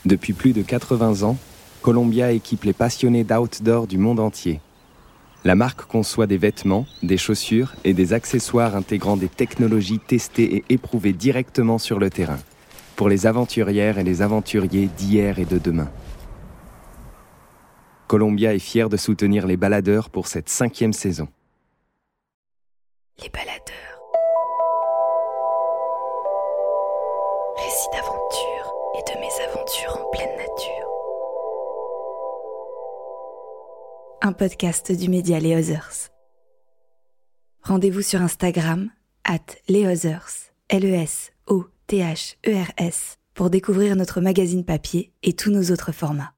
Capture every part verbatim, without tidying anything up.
Depuis plus de quatre-vingts ans, Columbia équipe les passionnés d'outdoor du monde entier. La marque conçoit des vêtements, des chaussures et des accessoires intégrant des technologies testées et éprouvées directement sur le terrain, pour les aventurières et les aventuriers d'hier et de demain. Columbia est fière de soutenir les baladeurs pour cette cinquième saison. Les baladeurs. Récits d'aventure et de mésaventures en pleine nature. Un podcast du média Les Others. Rendez-vous sur Instagram, arobase lesothers, L E S O T H E R S, pour découvrir notre magazine papier et tous nos autres formats.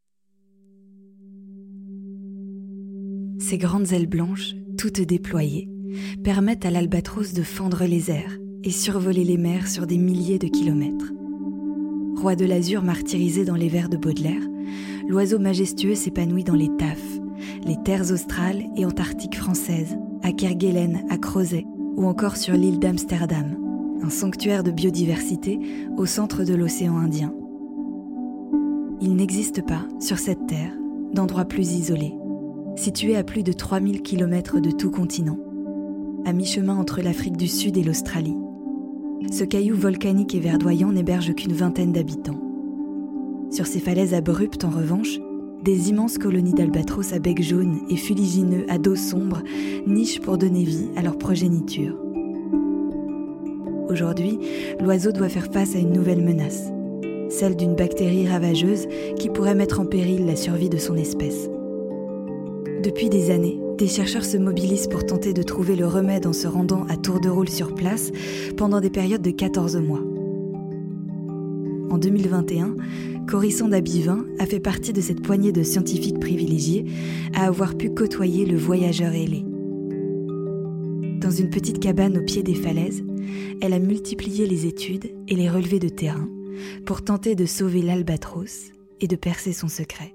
Ces grandes ailes blanches, toutes déployées, permettent à l'albatros de fendre les airs et survoler les mers sur des milliers de kilomètres. Roi de l'azur martyrisé dans les vers de Baudelaire, l'oiseau majestueux s'épanouit dans les tafs, les terres australes et antarctiques françaises, à Kerguelen, à Crozet ou encore sur l'île d'Amsterdam, un sanctuaire de biodiversité au centre de l'océan Indien. Il n'existe pas, sur cette terre, d'endroit plus isolé, situé à plus de trois mille kilomètres de tout continent, à mi-chemin entre l'Afrique du Sud et l'Australie. Ce caillou volcanique et verdoyant n'héberge qu'une vingtaine d'habitants. Sur ces falaises abruptes, en revanche, des immenses colonies d'albatros à bec jaune et fuligineux à dos sombre nichent pour donner vie à leur progéniture. Aujourd'hui, l'oiseau doit faire face à une nouvelle menace, celle d'une bactérie ravageuse qui pourrait mettre en péril la survie de son espèce. Depuis des années, des chercheurs se mobilisent pour tenter de trouver le remède en se rendant à tour de rôle sur place pendant des périodes de quatorze mois. En deux mille vingt et un, Corisande Bivin a fait partie de cette poignée de scientifiques privilégiés à avoir pu côtoyer le voyageur ailé. Dans une petite cabane au pied des falaises, elle a multiplié les études et les relevés de terrain pour tenter de sauver l'albatros et de percer son secret.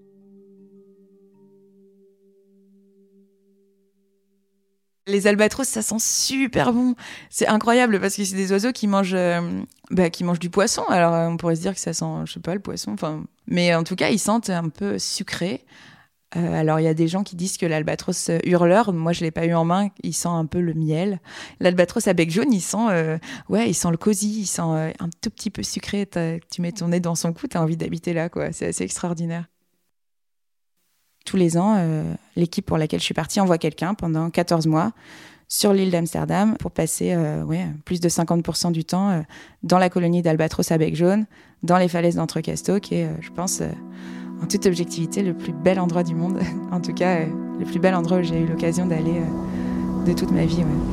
Les albatros, ça sent super bon. C'est incroyable parce que c'est des oiseaux qui mangent, euh, bah, qui mangent du poisson. Alors, euh, on pourrait se dire que ça sent, je sais pas, le poisson. Enfin, mais en tout cas, ils sentent un peu sucré. Euh, alors, il y a des gens qui disent que l'albatros hurleur, moi, je l'ai pas eu en main, il sent un peu le miel. L'albatros à bec jaune, il sent, euh, ouais, il sent le cosy, il sent euh, un tout petit peu sucré. T'as, tu mets ton nez dans son cou, t'as envie d'habiter là, quoi. C'est assez extraordinaire. Tous les ans, euh, l'équipe pour laquelle je suis partie envoie quelqu'un pendant quatorze mois sur l'île d'Amsterdam pour passer euh, ouais, plus de cinquante pour cent du temps euh, dans la colonie d'albatros à bec jaune, dans les falaises d'Entrecasteaux, qui est, euh, je pense, euh, en toute objectivité, le plus bel endroit du monde. En tout cas, euh, le plus bel endroit où j'ai eu l'occasion d'aller euh, de toute ma vie. Ouais.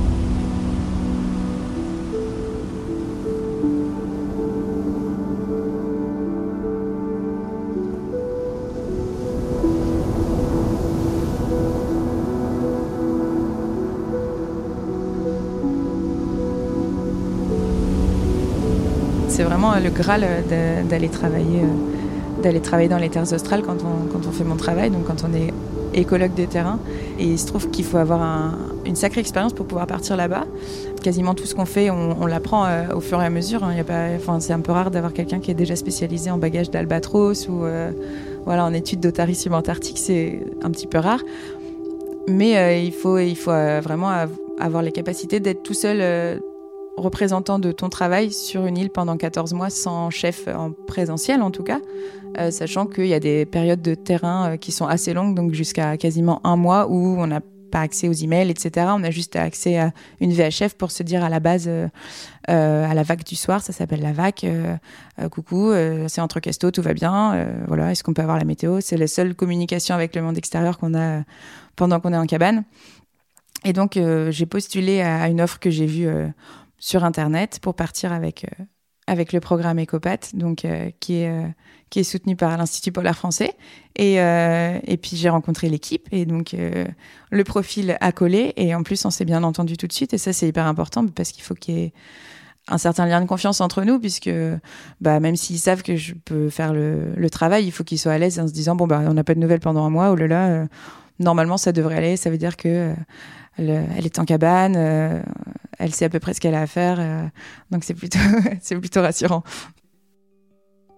C'est vraiment le Graal de, d'aller travailler, euh, d'aller travailler dans les terres australes quand on, quand on fait mon travail, donc quand on est écologue de terrain. Et il se trouve qu'il faut avoir un, une sacrée expérience pour pouvoir partir là-bas. Quasiment tout ce qu'on fait, on, on l'apprend euh, au fur et à mesure. Hein. Y a pas, enfin, c'est un peu rare d'avoir quelqu'un qui est déjà spécialisé en bagage d'albatros ou euh, voilà, en études d'otarie subantarctique. C'est un petit peu rare. Mais euh, il faut, il faut euh, vraiment avoir les capacités d'être tout seul euh, représentant de ton travail sur une île pendant quatorze mois sans chef en présentiel en tout cas, euh, sachant qu'il y a des périodes de terrain euh, qui sont assez longues, donc jusqu'à quasiment un mois où on n'a pas accès aux emails, et cetera. On a juste accès à une V H F pour se dire à la base, euh, euh, à la vague du soir, ça s'appelle la vague, euh, euh, coucou, euh, c'est Entrecasteaux, tout va bien, euh, voilà, est-ce qu'on peut avoir la météo ? C'est la seule communication avec le monde extérieur qu'on a pendant qu'on est en cabane. Et donc, euh, j'ai postulé à une offre que j'ai vue euh, sur Internet pour partir avec, euh, avec le programme Ecopat, donc, euh, qui, est, euh, qui est soutenu par l'Institut polaire français. Et, euh, et puis, j'ai rencontré l'équipe et donc euh, le profil a collé. Et en plus, on s'est bien entendu tout de suite. Et ça, c'est hyper important parce qu'il faut qu'il y ait un certain lien de confiance entre nous, puisque bah, même s'ils savent que je peux faire le, le travail, il faut qu'ils soient à l'aise en se disant « bon, bah, on n'a pas de nouvelles pendant un mois, oh là là, euh, normalement, ça devrait aller, ça veut dire que... Euh, Elle, elle est en cabane, euh, elle sait à peu près ce qu'elle a à faire, euh, donc c'est plutôt, c'est plutôt rassurant. »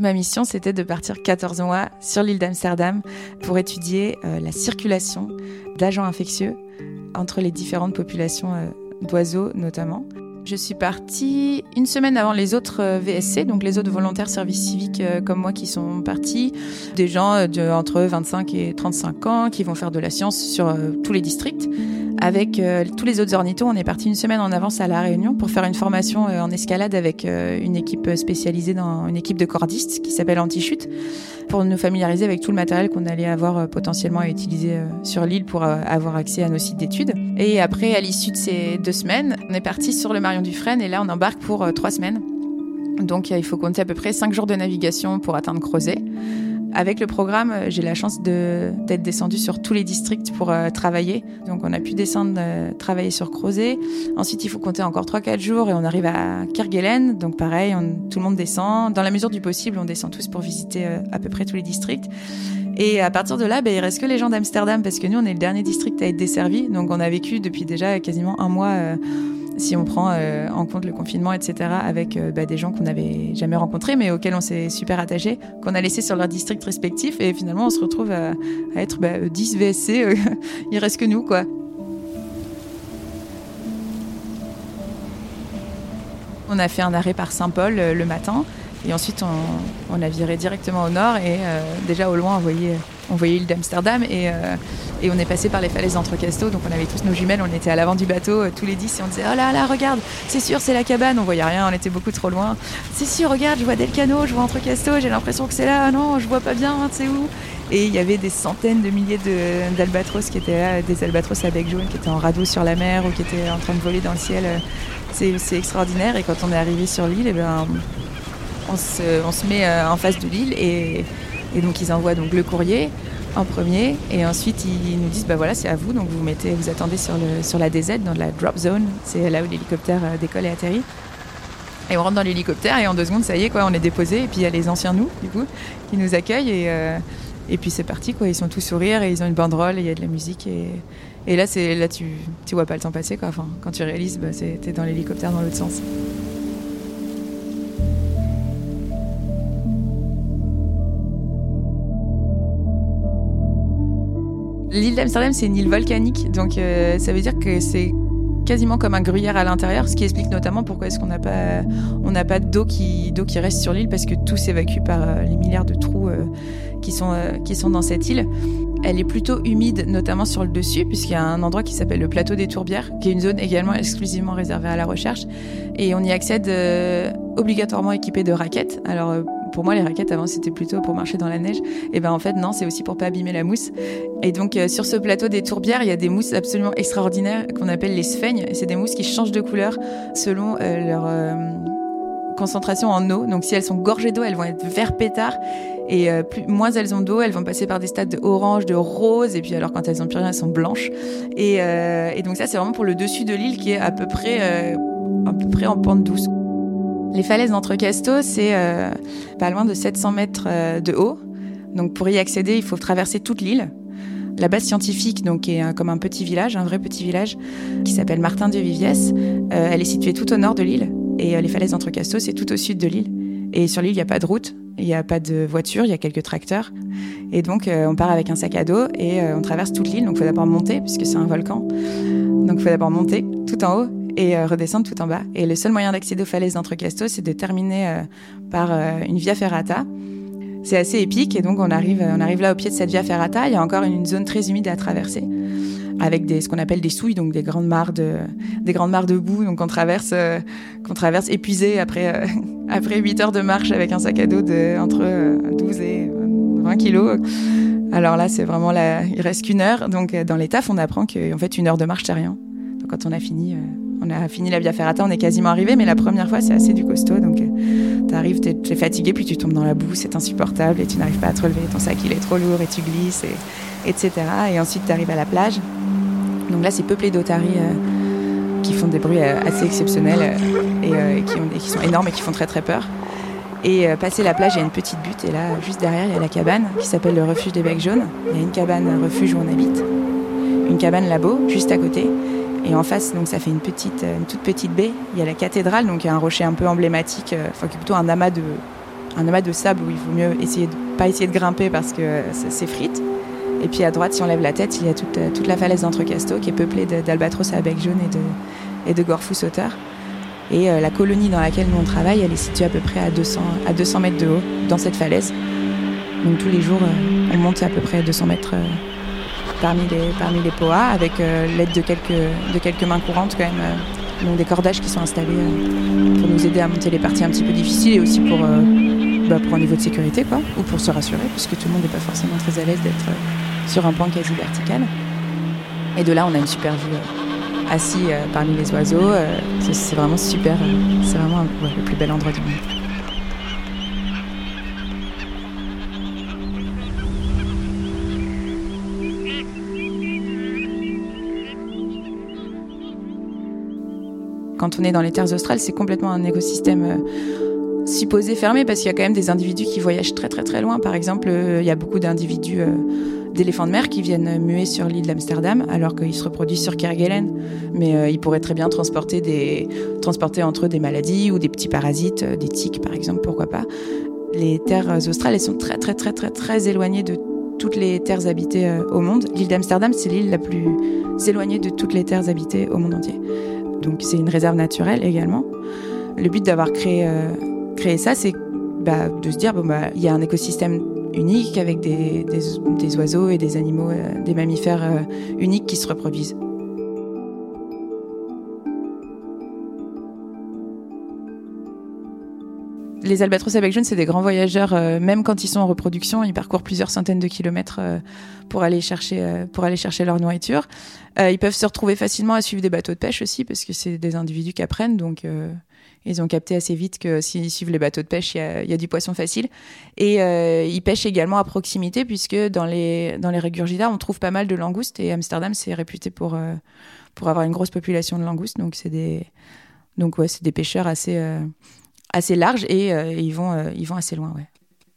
Ma mission, c'était de partir quatorze mois sur l'île d'Amsterdam pour étudier euh, la circulation d'agents infectieux entre les différentes populations euh, d'oiseaux notamment. Je suis partie une semaine avant les autres V S C, donc les autres volontaires service civique euh, comme moi qui sont partis. Des gens de, entre vingt-cinq et trente-cinq ans qui vont faire de la science sur euh, tous les districts. Avec euh, tous les autres ornithos, on est parti une semaine en avance à La Réunion pour faire une formation euh, en escalade avec euh, une équipe spécialisée dans une équipe de cordistes qui s'appelle Anti-Chute, pour nous familiariser avec tout le matériel qu'on allait avoir euh, potentiellement à utiliser euh, sur l'île pour euh, avoir accès à nos sites d'études. Et après, à l'issue de ces deux semaines, on est parti sur le Marion Dufresne et là, on embarque pour euh, trois semaines. Donc, euh, il faut compter à peu près cinq jours de navigation pour atteindre Crozet. Avec le programme, j'ai la chance de, d'être descendue sur tous les districts pour euh, travailler. Donc, on a pu descendre, euh, travailler sur Crozet. Ensuite, il faut compter encore trois quatre jours et on arrive à Kerguelen. Donc, pareil, on, tout le monde descend. Dans la mesure du possible, on descend tous pour visiter euh, à peu près tous les districts. Et à partir de là, ben, il reste que les gens d'Amsterdam parce que nous, on est le dernier district à être desservi. Donc, on a vécu depuis déjà quasiment un mois... Euh, si on prend euh, en compte le confinement, et cetera, avec euh, bah, des gens qu'on n'avait jamais rencontrés, mais auxquels on s'est super attachés, qu'on a laissés sur leurs districts respectifs, et finalement, on se retrouve à, à être bah, dix V S C, euh, il reste que nous, quoi. On a fait un arrêt par Saint-Paul euh, le matin, et ensuite, on, on a viré directement au nord, et euh, déjà au loin, on voyait... On voyait l'île d'Amsterdam et, euh, et on est passé par les falaises d'Entrecasteaux. Donc on avait tous nos jumelles, on était à l'avant du bateau euh, tous les dix et on disait « Oh là là, regarde, c'est sûr, c'est la cabane !» On voyait rien, on était beaucoup trop loin. « C'est sûr, regarde, je vois Delcano, je vois Entrecasteaux, j'ai l'impression que c'est là. Non, je vois pas bien, c'est où ?» Et il y avait des centaines de milliers de, d'albatros qui étaient là, des albatros à bec jaune qui étaient en radeau sur la mer ou qui étaient en train de voler dans le ciel. C'est, c'est extraordinaire. Et quand on est arrivé sur l'île, eh ben, on, se, on se met en face de l'île et... Et donc ils envoient donc le courrier en premier et ensuite ils nous disent bah voilà c'est à vous, donc vous mettez vous attendez sur le sur la D Z dans la drop zone, c'est là où l'hélicoptère décolle et atterrit. Et on rentre dans l'hélicoptère et en deux secondes ça y est quoi, on est déposé et puis il y a les anciens nous du coup qui nous accueillent et euh, et puis c'est parti quoi, ils sont tous sourires et ils ont une banderole et il y a de la musique et et là c'est là tu tu vois pas le temps passer quoi, enfin quand tu réalises bah c'est t'es dans l'hélicoptère dans l'autre sens. L'île d'Amsterdam, c'est une île volcanique, donc euh, ça veut dire que c'est quasiment comme un gruyère à l'intérieur, ce qui explique notamment pourquoi est-ce qu'on n'a pas, on n'a pas d'eau qui, d'eau qui reste sur l'île, parce que tout s'évacue par euh, les milliards de trous euh, qui sont, euh, qui sont dans cette île. Elle est plutôt humide, notamment sur le dessus, puisqu'il y a un endroit qui s'appelle le plateau des Tourbières, qui est une zone également exclusivement réservée à la recherche, et on y accède euh, obligatoirement équipé de raquettes. Alors euh, pour moi, les raquettes, avant, c'était plutôt pour marcher dans la neige. Et ben en fait, non, c'est aussi pour pas abîmer la mousse. Et donc, euh, sur ce plateau des Tourbières, il y a des mousses absolument extraordinaires qu'on appelle les sphègnes. Et c'est des mousses qui changent de couleur selon euh, leur euh, concentration en eau. Donc, si elles sont gorgées d'eau, elles vont être vert pétard. Et euh, plus, moins elles ont d'eau, elles vont passer par des stades de orange, de rose. Et puis, alors, quand elles ont plus rien, elles sont blanches. Et, euh, et donc, ça, c'est vraiment pour le dessus de l'île qui est à peu près, euh, à peu près en pente douce. Les falaises d'Entrecasteaux, c'est euh, pas loin de sept cents mètres euh, de haut. Donc pour y accéder, il faut traverser toute l'île. La base scientifique, donc, est un, comme un petit village, un vrai petit village, qui s'appelle Martin-de-Viviès. Euh, elle est située tout au nord de l'île. Et euh, les falaises d'Entrecasteaux, c'est tout au sud de l'île. Et sur l'île, il n'y a pas de route, il n'y a pas de voiture, il y a quelques tracteurs. Et donc, euh, on part avec un sac à dos et euh, on traverse toute l'île. Donc il faut d'abord monter, puisque c'est un volcan. Donc il faut d'abord monter tout en haut et euh, redescendre tout en bas. Et le seul moyen d'accéder aux falaises d'Entrecasteaux, c'est de terminer euh, par euh, une via ferrata. C'est assez épique et donc on arrive, on arrive là au pied de cette via ferrata. Il y a encore une, une zone très humide à traverser avec des, ce qu'on appelle des souilles, donc des grandes mares de, des grandes mares de boue, donc qu'on traverse, euh, qu'on traverse épuisé après, euh, après huit heures de marche avec un sac à dos de entre euh, douze et vingt kilos. Alors là, c'est vraiment la, il reste qu'une heure. Donc dans les tafs, on apprend qu'en fait une heure de marche c'est rien. Donc quand on a fini. Euh, On a fini la via ferrata, on est quasiment arrivé, mais la première fois, c'est assez du costaud. Donc, euh, t'arrives, t'es, t'es fatigué, puis tu tombes dans la boue, c'est insupportable, et tu n'arrives pas à te relever. Ton sac, il est trop lourd, et tu glisses, et, etc. Et ensuite, t'arrives à la plage. Donc là, c'est peuplé d'otaries euh, qui font des bruits euh, assez exceptionnels euh, et, euh, et, qui ont, et qui sont énormes et qui font très, très peur. Et euh, passer la plage, il y a une petite butte, et là, juste derrière, il y a la cabane qui s'appelle le refuge des becs jaunes. Il y a une cabane, un refuge où on habite, une cabane labo, juste à côté. Et en face, donc ça fait une petite, une toute petite baie. Il y a la cathédrale, donc il y a un rocher un peu emblématique, euh, enfin qui est plutôt un amas de un amas de sable où il vaut mieux essayer de, pas essayer de grimper parce que ça s'effrite. Et puis à droite, si on lève la tête, il y a toute, toute la falaise d'Entrecasteaux qui est peuplée de, d'albatros à bec jaune et de, et de gorfous sauteurs. Et euh, la colonie dans laquelle nous on travaille, elle est située à peu près à deux cents, à deux cents mètres de haut, dans cette falaise. Donc tous les jours, euh, on monte à peu près à deux cents mètres euh, parmi les, parmi les P O A, avec euh, l'aide de quelques, de quelques mains courantes quand même. Euh, donc des cordages qui sont installés euh, pour nous aider à monter les parties un petit peu difficiles et aussi pour, euh, bah, pour un niveau de sécurité, quoi, ou pour se rassurer, puisque tout le monde n'est pas forcément très à l'aise d'être euh, sur un plan quasi vertical. Et de là, on a une super vue. Euh, assis euh, parmi les oiseaux, euh, c'est, c'est vraiment super, euh, c'est vraiment ouais, le plus bel endroit du monde. Quand on est dans les terres australes, c'est complètement un écosystème euh, supposé fermé parce qu'il y a quand même des individus qui voyagent très très très loin. Par exemple, euh, il y a beaucoup d'individus euh, d'éléphants de mer qui viennent muer sur l'île d'Amsterdam alors qu'ils se reproduisent sur Kerguelen. Mais euh, ils pourraient très bien transporter, des, transporter entre eux des maladies ou des petits parasites, euh, des tiques par exemple, pourquoi pas. Les terres australes, elles sont très très très très très éloignées de toutes les terres habitées euh, au monde. L'île d'Amsterdam, c'est l'île la plus éloignée de toutes les terres habitées au monde entier. Donc c'est une réserve naturelle également. Le but d'avoir créé, euh, créé ça, c'est bah, de se dire, bon, bah, y a un écosystème unique avec des, des, des oiseaux et des animaux, euh, des mammifères euh, uniques qui se reproduisent. Les albatros à bec jaune, c'est des grands voyageurs. Euh, même quand ils sont en reproduction, ils parcourent plusieurs centaines de kilomètres euh, pour aller chercher, euh, pour aller chercher leur nourriture. Euh, ils peuvent se retrouver facilement à suivre des bateaux de pêche aussi, parce que c'est des individus qui apprennent. Donc, euh, ils ont capté assez vite que s'ils suivent les bateaux de pêche, il y a, y a du poisson facile. Et euh, ils pêchent également à proximité, puisque dans les, dans les Regurgida, on trouve pas mal de langoustes. Et Amsterdam, c'est réputé pour, euh, pour avoir une grosse population de langoustes. Donc, c'est des, donc, ouais, c'est des pêcheurs assez... Euh, assez large et, euh, et ils, vont, euh, ils vont assez loin. Ouais.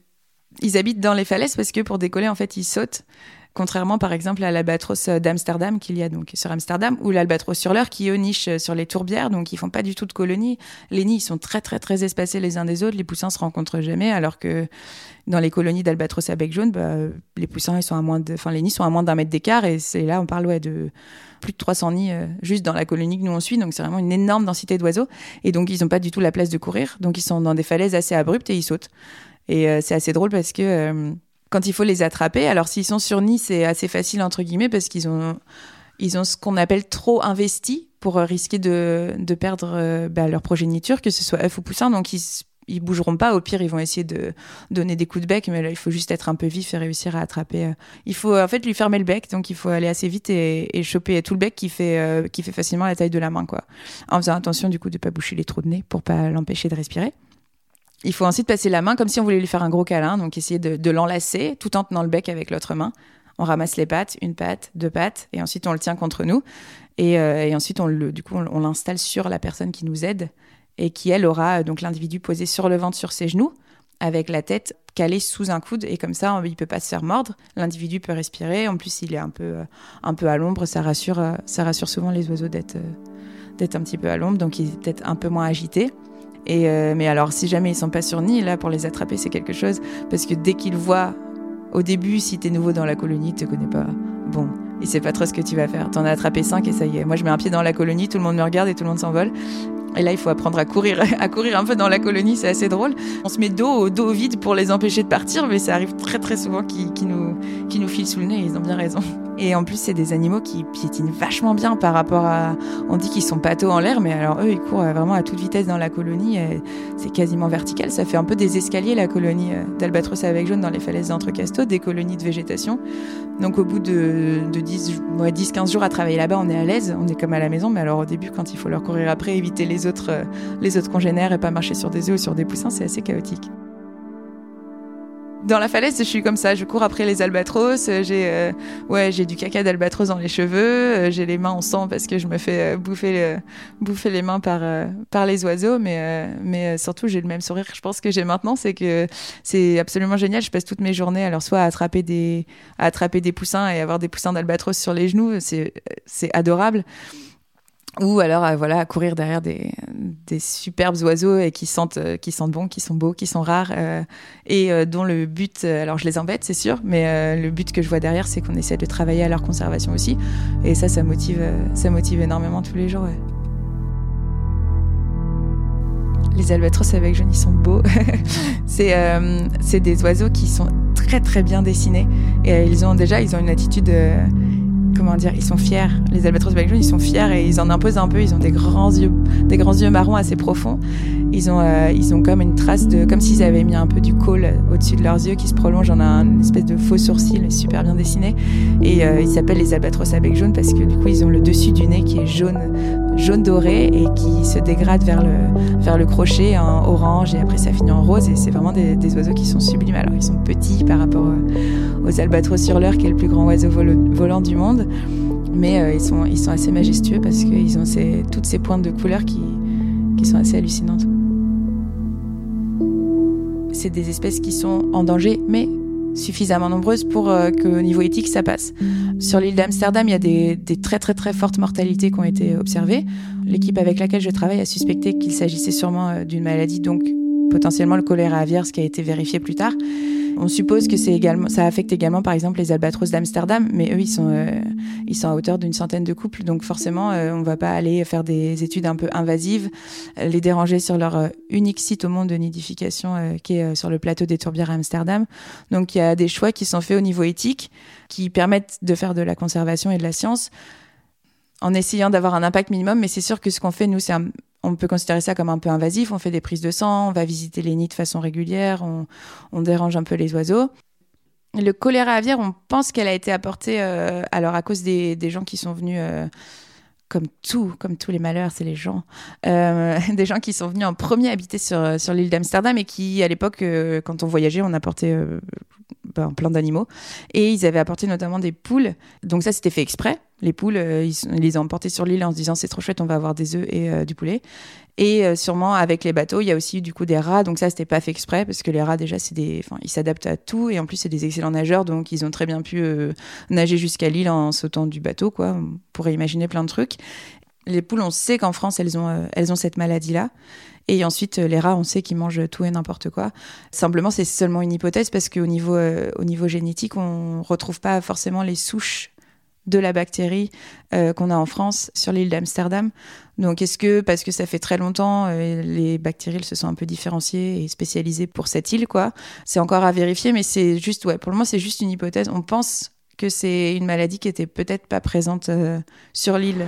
Ils habitent dans les falaises parce que pour décoller, en fait, ils sautent. Contrairement, par exemple, à l'albatros d'Amsterdam qu'il y a donc sur Amsterdam ou l'albatros hurleur qui, eux, nichent sur les tourbières. Donc, ils font pas du tout de colonies. Les nids, ils sont très, très, très espacés les uns des autres. Les poussins se rencontrent jamais. Alors que dans les colonies d'albatros à bec jaune, bah, les poussins, ils sont à moins de, enfin, les nids sont à moins d'un mètre d'écart. Et c'est là, on parle ouais, de plus de trois cents nids euh, juste dans la colonie que nous on suit. Donc, c'est vraiment une énorme densité d'oiseaux. Et donc, ils n'ont pas du tout la place de courir. Donc, ils sont dans des falaises assez abruptes et ils sautent. Et euh, c'est assez drôle parce que euh, quand il faut les attraper, alors s'ils sont sur nid, c'est assez facile entre guillemets parce qu'ils ont, ils ont ce qu'on appelle trop investi pour euh, risquer de, de perdre euh, bah, leur progéniture, que ce soit œuf ou poussin. Donc ils ils bougeront pas. Au pire, ils vont essayer de donner des coups de bec, mais là, il faut juste être un peu vif et réussir à attraper. Euh, il faut en fait lui fermer le bec, donc il faut aller assez vite et, et choper tout le bec qui fait euh, qui fait facilement la taille de la main, quoi. En faisant attention du coup de pas boucher les trous de nez pour pas l'empêcher de respirer. Il faut ensuite passer la main comme si on voulait lui faire un gros câlin, donc essayer de, de l'enlacer tout en tenant le bec avec l'autre main. On ramasse les pattes, une patte, deux pattes, et ensuite on le tient contre nous. Et, euh, et ensuite, on le, du coup, on, on l'installe sur la personne qui nous aide et qui, elle, aura donc l'individu posé sur le ventre, sur ses genoux, avec la tête calée sous un coude. Et comme ça, il ne peut pas se faire mordre. L'individu peut respirer. En plus, il est un peu, un peu à l'ombre. Ça rassure, ça rassure souvent les oiseaux d'être, d'être un petit peu à l'ombre, donc il est peut-être un peu moins agité. Et euh, mais alors, si jamais ils sont pas sur nid, là, pour les attraper, c'est quelque chose. Parce que dès qu'ils voient, au début, si t'es nouveau dans la colonie, tu te connais pas, bon, il sait pas trop ce que tu vas faire. T'en as attrapé cinq et ça y est. Moi, je mets un pied dans la colonie, tout le monde me regarde et tout le monde s'envole. Et là, il faut apprendre à courir, à courir un peu dans la colonie, c'est assez drôle. On se met dos au dos vide pour les empêcher de partir, mais ça arrive très très souvent qu'ils, qu'ils nous, qu'ils nous filent sous le nez, ils ont bien raison. Et en plus, c'est des animaux qui piétinent vachement bien par rapport à... On dit qu'ils sont pâteaux en l'air, mais alors eux, ils courent vraiment à toute vitesse dans la colonie. C'est quasiment vertical. Ça fait un peu des escaliers, la colonie d'albatros à bec jaune dans les falaises d'Entrecasteaux, des colonies de végétation. Donc au bout de, de dix, ouais, dix quinze jours à travailler là-bas, on est à l'aise, on est comme à la maison. Mais alors au début, quand il faut leur courir après, éviter les autres, les autres congénères et pas marcher sur des œufs ou sur des poussins, c'est assez chaotique. Dans la falaise, je suis comme ça, je cours après les albatros, j'ai, euh, ouais, j'ai du caca d'albatros dans les cheveux, euh, j'ai les mains en sang parce que je me fais euh, bouffer, euh, bouffer les mains par, euh, par les oiseaux, mais, euh, mais euh, surtout j'ai le même sourire que je pense que j'ai maintenant, c'est que c'est absolument génial, je passe toutes mes journées alors soit à attraper des, à attraper des poussins et avoir des poussins d'albatros sur les genoux, c'est, c'est adorable. Ou alors, euh, voilà, à courir derrière des, des superbes oiseaux et qui sentent, euh, qui sentent bon, qui sont beaux, qui sont rares, euh, et euh, dont le but, euh, alors je les embête, c'est sûr, mais euh, le but que je vois derrière, c'est qu'on essaie de travailler à leur conservation aussi. Et ça, ça motive, euh, ça motive énormément tous les jours, ouais. Les albatros avec jaune, ils sont beaux. c'est, euh, c'est des oiseaux qui sont très, très bien dessinés. Et euh, ils ont déjà, ils ont une attitude... Euh, comment dire, ils sont fiers. Les albatros avec jaune, ils sont fiers et ils en imposent un peu. Ils ont des grands yeux, des grands yeux marrons assez profonds. Ils ont, euh, ils ont comme une trace de, comme s'ils avaient mis un peu du col au-dessus de leurs yeux qui se prolonge en un espèce de faux sourcil super bien dessiné. Et euh, ils s'appellent les albatros avec jaune parce que du coup, ils ont le dessus du nez qui est jaune, jaune doré et qui se dégrade vers le, vers le crochet en orange et après ça finit en rose. Et c'est vraiment des, des oiseaux qui sont sublimes. Alors, ils sont petits par rapport aux albatros hurleurs, qui est le plus grand oiseau vol- volant du monde. Mais euh, ils, sont, ils sont assez majestueux parce qu'ils ont ces, toutes ces pointes de couleurs qui, qui sont assez hallucinantes. C'est des espèces qui sont en danger, mais suffisamment nombreuses pour euh, qu'au niveau éthique, ça passe. Sur l'île d'Amsterdam, il y a des, des très très très fortes mortalités qui ont été observées. L'équipe avec laquelle je travaille a suspecté qu'il s'agissait sûrement euh, d'une maladie, donc potentiellement le choléra aviaire, ce qui a été vérifié plus tard. On suppose que c'est également, ça affecte également, par exemple, les albatros d'Amsterdam, mais eux, ils sont, euh, ils sont à hauteur d'une centaine de couples, donc forcément, euh, on va pas aller faire des études un peu invasives, euh, les déranger sur leur euh, unique site au monde de nidification, euh, qui est euh, sur le plateau des Tourbières à Amsterdam. Donc, il y a des choix qui sont faits au niveau éthique, qui permettent de faire de la conservation et de la science, en essayant d'avoir un impact minimum, mais c'est sûr que ce qu'on fait, nous, c'est un... on peut considérer ça comme un peu invasif. On fait des prises de sang, on va visiter les nids de façon régulière, on, on dérange un peu les oiseaux. Le choléra aviaire, on pense qu'elle a été apportée euh, alors à cause des, des gens qui sont venus, euh, comme tout, comme tous les malheurs, c'est les gens, euh, des gens qui sont venus en premier habiter sur, sur l'île d'Amsterdam et qui, à l'époque, euh, quand on voyageait, on apportait euh, ben, plein d'animaux. Et ils avaient apporté notamment des poules. Donc ça, c'était fait exprès. Les poules, euh, ils, ils les ont emportées sur l'île en se disant c'est trop chouette, on va avoir des œufs et euh, du poulet. Et euh, sûrement avec les bateaux, il y a aussi du coup des rats. Donc ça, c'était pas fait exprès parce que les rats déjà, c'est des, enfin, ils s'adaptent à tout et en plus c'est des excellents nageurs, donc ils ont très bien pu euh, nager jusqu'à l'île en sautant du bateau, quoi. On pourrait imaginer plein de trucs. Les poules, on sait qu'en France, elles ont, euh, elles ont cette maladie-là. Et ensuite, les rats, on sait qu'ils mangent tout et n'importe quoi. Simplement, c'est seulement une hypothèse parce qu'au niveau, euh, au niveau génétique, on retrouve pas forcément les souches de la bactérie euh, qu'on a en France sur l'île d'Amsterdam. Donc, est-ce que, parce que ça fait très longtemps, euh, les bactéries elles se sont un peu différenciées et spécialisées pour cette île, quoi. C'est encore à vérifier, mais c'est juste, ouais, pour le moment, c'est juste une hypothèse. On pense que c'est une maladie qui était peut-être pas présente euh, sur l'île.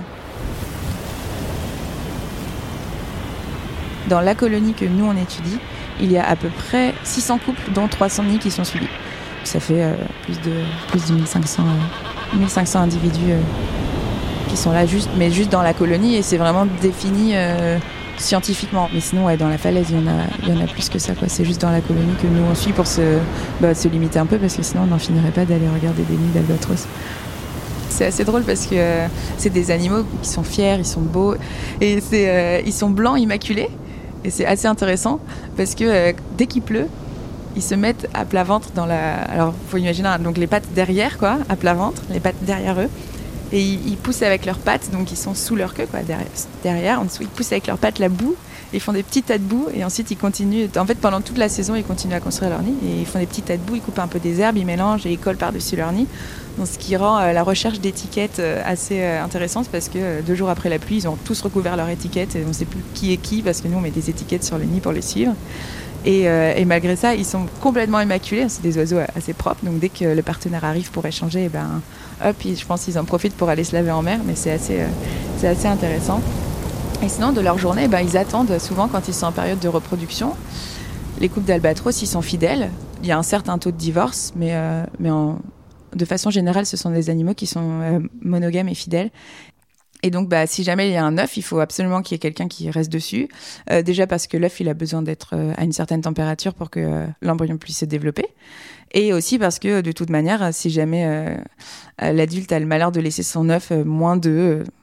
Dans la colonie que nous, on étudie, il y a à peu près six cents couples, dont trois cents nids qui sont suivis. Ça fait euh, plus de, plus de mille cinq cents, euh, mille cinq cents individus euh, qui sont là, juste, mais juste dans la colonie, et c'est vraiment défini euh, scientifiquement. Mais sinon, ouais, dans la falaise, il y en a, il y en a plus que ça, quoi. C'est juste dans la colonie que nous, on suit pour se, bah, se limiter un peu, parce que sinon, on n'en finirait pas d'aller regarder des nids d'albatros. C'est assez drôle parce que euh, c'est des animaux qui sont fiers, ils sont beaux, et c'est, euh, ils sont blancs, immaculés. Et c'est assez intéressant parce que euh, dès qu'il pleut, ils se mettent à plat ventre dans la... Alors, il faut imaginer, donc les pattes derrière, quoi, à plat ventre, les pattes derrière eux. Et ils, ils poussent avec leurs pattes, donc ils sont sous leur queue, quoi, derrière, derrière. En dessous, ils poussent avec leurs pattes la boue, et ils font des petits tas de boue, et ensuite ils continuent... En fait, pendant toute la saison, ils continuent à construire leur nid, et ils font des petits tas de boue, ils coupent un peu des herbes, ils mélangent, et ils collent par-dessus leur nid. Donc, ce qui rend euh, la recherche d'étiquettes euh, assez euh, intéressante, parce que euh, deux jours après la pluie, ils ont tous recouvert leur étiquette, et on ne sait plus qui est qui, parce que nous, on met des étiquettes sur les nids pour les suivre. Et, euh, et malgré ça, ils sont complètement immaculés. C'est des oiseaux assez propres. Donc dès que le partenaire arrive pour échanger, et ben, hop, je pense qu'ils en profitent pour aller se laver en mer. Mais c'est assez, euh, c'est assez intéressant. Et sinon, de leur journée, ben, ils attendent souvent quand ils sont en période de reproduction. Les couples d'albatros, ils sont fidèles. Il y a un certain taux de divorce, mais, euh, mais en, de façon générale, ce sont des animaux qui sont euh, monogames et fidèles. Et donc, bah, si jamais il y a un œuf, il faut absolument qu'il y ait quelqu'un qui reste dessus. Euh, déjà parce que l'œuf, il a besoin d'être euh, à une certaine température pour que euh, l'embryon puisse se développer. Et aussi parce que, de toute manière, si jamais euh, l'adulte a le malheur de laisser son œuf euh, moins de euh,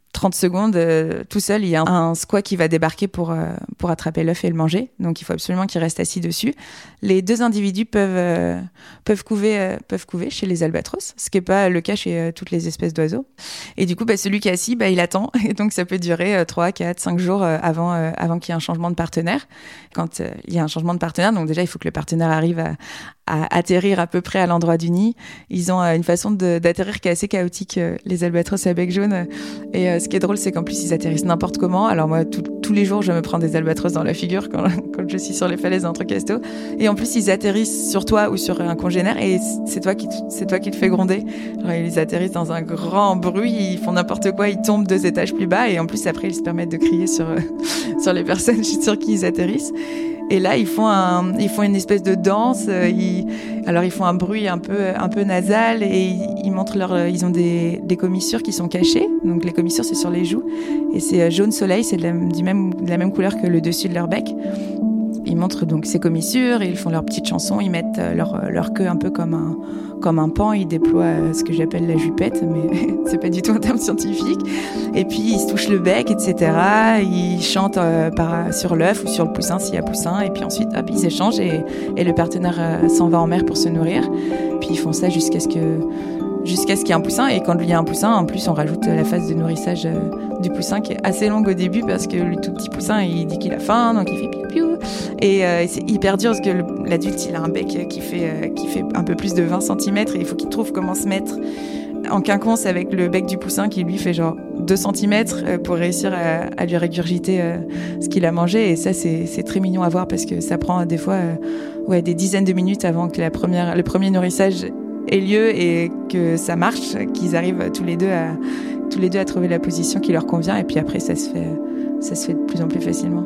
trente secondes, euh, tout seul, il y a un, un squat qui va débarquer pour, euh, pour attraper l'œuf et le manger. Donc, il faut absolument qu'il reste assis dessus. Les deux individus peuvent, euh, peuvent, couver, euh, peuvent couver chez les albatros, ce qui n'est pas le cas chez euh, toutes les espèces d'oiseaux. Et du coup, bah, celui qui est assis, bah, il attend. Et donc, ça peut durer euh, trois, quatre, cinq jours euh, avant, euh, avant qu'il y ait un changement de partenaire. Quand euh, il y a un changement de partenaire, donc déjà, il faut que le partenaire arrive à, à atterrir à peu près à l'endroit du nid. Ils ont euh, une façon de, d'atterrir qui est assez chaotique, euh, les albatros à bec jaune. Et euh, ce qui est drôle, c'est qu'en plus, ils atterrissent n'importe comment. Alors moi, tout, tous les jours, je me prends des albatros dans la figure quand, quand je suis sur les falaises d'Entrecasteaux. Et en plus, ils atterrissent sur toi ou sur un congénère et c'est toi qui, c'est toi qui te fais gronder. Alors, ils atterrissent dans un grand bruit, ils font n'importe quoi, ils tombent deux étages plus bas et en plus, après, ils se permettent de crier sur, euh, sur les personnes sur qui ils atterrissent. Et là, ils font un, ils font une espèce de danse. Ils, alors, ils font un bruit un peu, un peu nasal et ils, ils montrent leur, ils ont des, des commissures qui sont cachées. Donc, les commissures, c'est sur les joues et c'est jaune soleil, c'est de la, du même, de la même couleur que le dessus de leur bec. Ils montrent donc ces commissures et ils font leurs petites chansons. Ils mettent leur, leur queue un peu comme un, comme un pan. Ils déploient ce que j'appelle la jupette, mais c'est pas du tout un terme scientifique. Et puis ils se touchent le bec, et cetera. Ils chantent euh, par, sur l'œuf ou sur le poussin s'il y a poussin. Et puis ensuite, hop, ils échangent et, et le partenaire euh, s'en va en mer pour se nourrir. Puis ils font ça jusqu'à ce que jusqu'à ce qu'il y ait un poussin. Et quand il y a un poussin, en plus, on rajoute la phase de nourrissage euh, du poussin qui est assez longue au début parce que le tout petit poussin, il dit qu'il a faim, donc il fait piou-piou. Et, euh, et c'est hyper dur parce que le, l'adulte, il a un bec qui fait, euh, qui fait un peu plus de vingt centimètres et il faut qu'il trouve comment se mettre en quinconce avec le bec du poussin qui lui fait genre deux centimètres pour réussir à, à lui régurgiter euh, ce qu'il a mangé. Et ça, c'est, c'est très mignon à voir parce que ça prend des fois euh, ouais, des dizaines de minutes avant que la première, le premier nourrissage ait lieu et que ça marche, qu'ils arrivent tous les deux à, tous les deux à trouver la position qui leur convient. Et puis après, ça se fait, ça se fait de plus en plus facilement.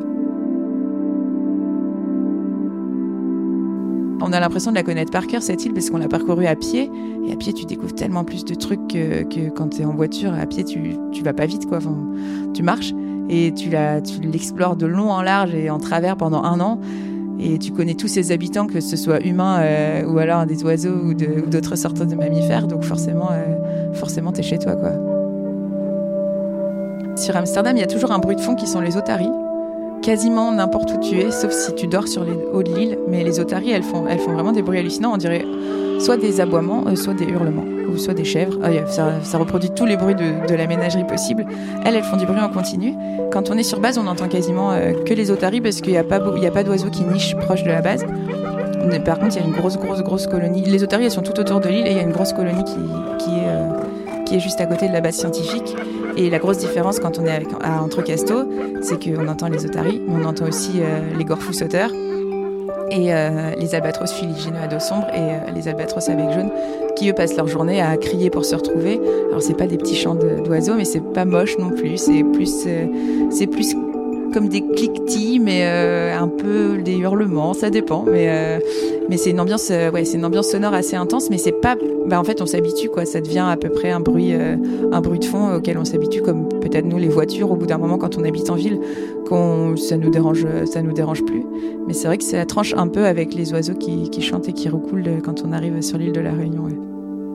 On a l'impression de la connaître par cœur, cette île, parce qu'on l'a parcourue à pied. Et à pied, tu découvres tellement plus de trucs que, que quand tu es en voiture. À pied, tu, tu vas pas vite, quoi. Enfin, tu marches et tu, la, tu l'explores de long en large et en travers pendant un an. Et tu connais tous ces habitants, que ce soit humains euh, ou alors des oiseaux ou, de, ou d'autres sortes de mammifères. Donc forcément, euh, forcément, t'es chez toi, quoi. Sur Amsterdam, il y a toujours un bruit de fond qui sont les otaries. Quasiment n'importe où tu es, sauf si tu dors sur les hauts de l'île. Mais les otaries, elles font, elles font vraiment des bruits hallucinants. On dirait soit des aboiements, euh, soit des hurlements, ou soit des chèvres. Ah, ça, ça reproduit tous les bruits de, de la ménagerie possible. Elles, elles font du bruit en continu. Quand on est sur base, on n'entend quasiment euh, que les otaries parce qu'il n'y a pas, il y a pas d'oiseaux qui nichent proche de la base. Mais par contre, il y a une grosse, grosse, grosse colonie. Les otaries, elles sont tout autour de l'île et il y a une grosse colonie qui, qui est... Euh, qui est juste à côté de la base scientifique. Et la grosse différence quand on est avec, à Entrecasteaux, c'est qu'on entend les otaries, mais on entend aussi euh, les gorfous sauteurs et euh, les albatros fuligineux à dos sombre et euh, les albatros à bec jaune qui, eux, passent leur journée à crier pour se retrouver. Alors, c'est pas des petits chants de, d'oiseaux, mais c'est pas moche non plus. C'est plus, euh, c'est plus comme des cliquetis, mais euh, un peu des hurlements, ça dépend. Mais, euh, mais c'est une ambiance, euh, ouais, c'est une ambiance sonore assez intense, mais c'est pas... Bah, en fait, on s'habitue, quoi. Ça devient à peu près un bruit, euh, un bruit de fond auquel on s'habitue, comme peut-être nous, les voitures, au bout d'un moment, quand on habite en ville, qu'on, ça nous dérange, ça nous dérange plus. Mais c'est vrai que ça tranche un peu avec les oiseaux qui, qui chantent et qui roucoulent quand on arrive sur l'île de la Réunion, ouais.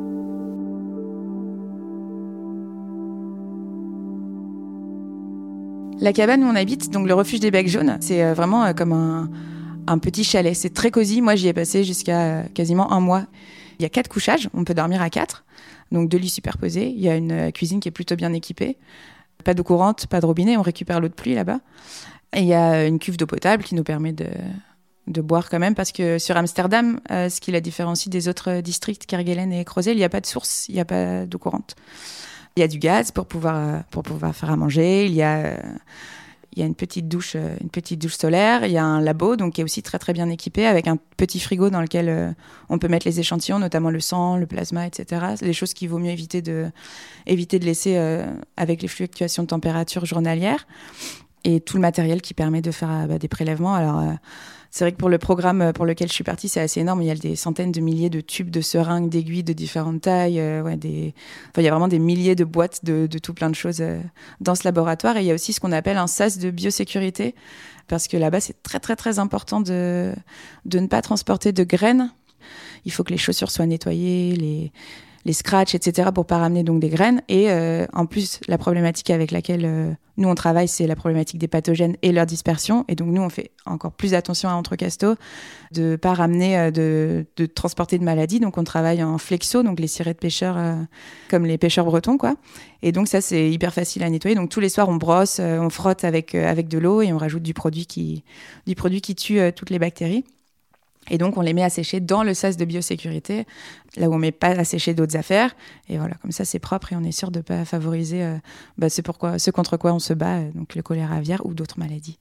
La cabane où on habite, donc le refuge des becs jaunes, c'est vraiment comme un, un petit chalet. C'est très cosy. Moi, j'y ai passé jusqu'à quasiment un mois. Il y a quatre couchages. On peut dormir à quatre. Donc, deux lits superposés. Il y a une cuisine qui est plutôt bien équipée. Pas d'eau courante, pas de robinet. On récupère l'eau de pluie là-bas. Et il y a une cuve d'eau potable qui nous permet de, de boire quand même. Parce que sur Amsterdam, euh, ce qui la différencie des autres districts, Kerguelen et Crozet, il n'y a pas de source. Il n'y a pas d'eau courante. Il y a du gaz pour pouvoir, pour pouvoir faire à manger. Il y a, il y a une petite douche, une petite douche solaire. Il y a un labo donc, qui est aussi très, très bien équipé avec un petit frigo dans lequel euh, on peut mettre les échantillons, notamment le sang, le plasma, et cetera. C'est des choses qu'il vaut mieux éviter de, éviter de laisser euh, avec les fluctuations de température journalières. Et tout le matériel qui permet de faire bah, des prélèvements. Alors, euh, c'est vrai que pour le programme pour lequel je suis partie, c'est assez énorme. Il y a des centaines de milliers de tubes, de seringues, d'aiguilles de différentes tailles. Euh, ouais, des... enfin, il y a vraiment des milliers de boîtes de, de tout plein de choses euh, dans ce laboratoire. Et il y a aussi ce qu'on appelle un sas de biosécurité. Parce que là-bas, c'est très, très, très important de, de ne pas transporter de graines. Il faut que les chaussures soient nettoyées, les... les scratchs, et cetera, pour pas ramener donc des graines. Et euh, en plus, la problématique avec laquelle euh, nous on travaille, c'est la problématique des pathogènes et leur dispersion. Et donc nous, on fait encore plus attention à Entrecasteaux de pas ramener, euh, de, de transporter de maladies. Donc on travaille en flexo, donc les cirés de pêcheurs, euh, comme les pêcheurs bretons, quoi. Et donc ça, c'est hyper facile à nettoyer. Donc tous les soirs, on brosse, euh, on frotte avec euh, avec de l'eau et on rajoute du produit qui du produit qui tue euh, toutes les bactéries. Et donc, on les met à sécher dans le sas de biosécurité, là où on ne met pas à sécher d'autres affaires. Et voilà, comme ça, c'est propre et on est sûr de ne pas favoriser euh, bah, ce, pourquoi, ce contre quoi on se bat, euh, donc le choléra aviaire ou d'autres maladies.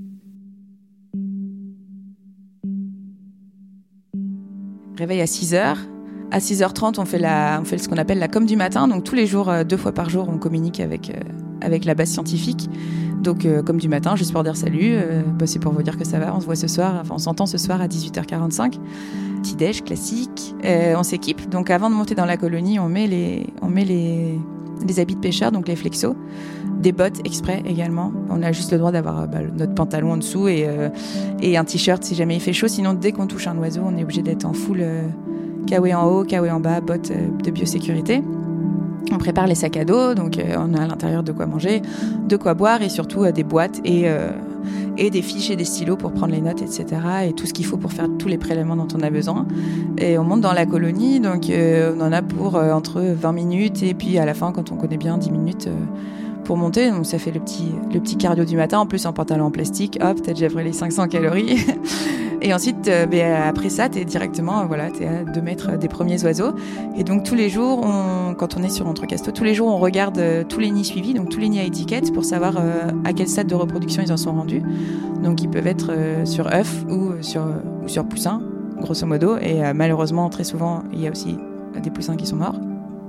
Réveil à six heures. À six heures trente, on fait, la, on fait ce qu'on appelle la com du matin. Donc, tous les jours, euh, deux fois par jour, on communique avec, euh, avec la base scientifique. Donc, euh, comme du matin, juste pour dire salut, euh, bah, c'est pour vous dire que ça va, on se voit ce soir, enfin on s'entend ce soir à dix-huit heures quarante-cinq. Petit-déj classique, euh, on s'équipe. Donc avant de monter dans la colonie, on met les, on met les, les habits de pêcheur, donc les flexos, des bottes exprès également. On a juste le droit d'avoir bah, notre pantalon en dessous et, euh, et un t-shirt si jamais il fait chaud. Sinon, dès qu'on touche un oiseau, on est obligé d'être en full euh, kawé en haut, kawé en bas, bottes euh, de biosécurité. On prépare les sacs à dos, donc euh, on a à l'intérieur de quoi manger, de quoi boire et surtout euh, des boîtes et, euh, et des fiches et des stylos pour prendre les notes, et cetera. Et tout ce qu'il faut pour faire tous les prélèvements dont on a besoin. Et on monte dans la colonie, donc euh, on en a pour euh, entre vingt minutes et puis à la fin, quand on connaît bien, dix minutes euh, pour monter. Donc ça fait le petit, le petit cardio du matin, en plus en pantalon en plastique, hop, t'as déjà brûlé cinq cents calories. Et ensuite, euh, ben, après ça, t'es directement, voilà, t'es à deux mètres des premiers oiseaux. Et donc tous les jours, on, quand on est sur Entrecasteaux, tous les jours, on regarde euh, tous les nids suivis, donc tous les nids à étiquette, pour savoir euh, à quel stade de reproduction ils en sont rendus. Donc ils peuvent être euh, sur œufs ou sur euh, ou sur poussins, grosso modo. Et euh, malheureusement, très souvent, il y a aussi des poussins qui sont morts.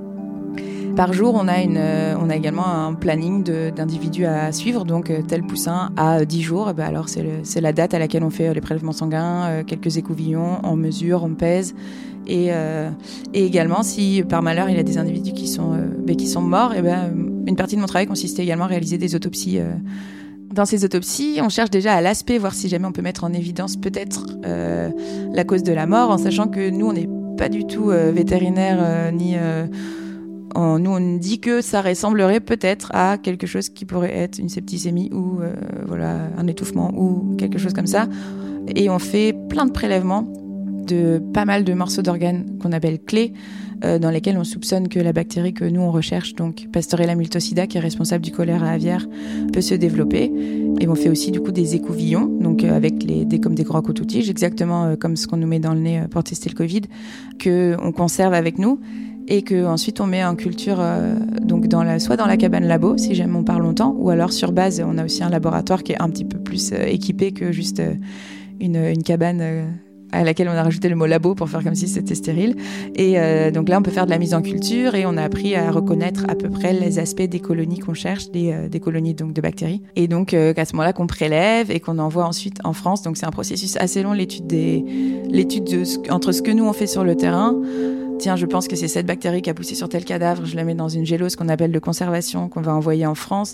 Par jour, on a, une, euh, on a également un planning de, d'individus à suivre. Donc, euh, tel poussin à dix jours, bah alors c'est, le, c'est la date à laquelle on fait les prélèvements sanguins, euh, quelques écouvillons, on mesure, on pèse. Et, euh, et également, si par malheur, il y a des individus qui sont, euh, bah, qui sont morts, et ben, une partie de mon travail consistait également à réaliser des autopsies. Euh, Dans ces autopsies, on cherche déjà à l'aspect, voir si jamais on peut mettre en évidence peut-être euh, la cause de la mort, en sachant que nous, on n'est pas du tout euh, vétérinaire euh, ni... Euh, On, nous, on dit que ça ressemblerait peut-être à quelque chose qui pourrait être une septicémie ou euh, voilà, un étouffement ou quelque chose comme ça. Et on fait plein de prélèvements de pas mal de morceaux d'organes qu'on appelle clés, euh, dans lesquels on soupçonne que la bactérie que nous on recherche, donc Pastorella multocida, qui est responsable du choléra aviaire, peut se développer. Et on fait aussi du coup des écouvillons, donc euh, avec les, des, comme des gros couteaux-tiges, exactement euh, comme ce qu'on nous met dans le nez pour tester le Covid, qu'on conserve avec nous. Et qu'ensuite on met en culture euh, donc dans la, soit dans la cabane labo, si jamais on part longtemps, ou alors sur base, on a aussi un laboratoire qui est un petit peu plus euh, équipé que juste euh, une, une cabane euh, à laquelle on a rajouté le mot labo pour faire comme si c'était stérile. Et euh, donc là, on peut faire de la mise en culture et on a appris à reconnaître à peu près les aspects des colonies qu'on cherche, des, euh, des colonies donc de bactéries. Et donc euh, à ce moment-là, qu'on prélève et qu'on envoie ensuite en France. Donc c'est un processus assez long, l'étude, des, l'étude de ce, entre ce que nous on fait sur le terrain. Tiens, je pense que c'est cette bactérie qui a poussé sur tel cadavre, je la mets dans une gélose qu'on appelle de conservation, qu'on va envoyer en France.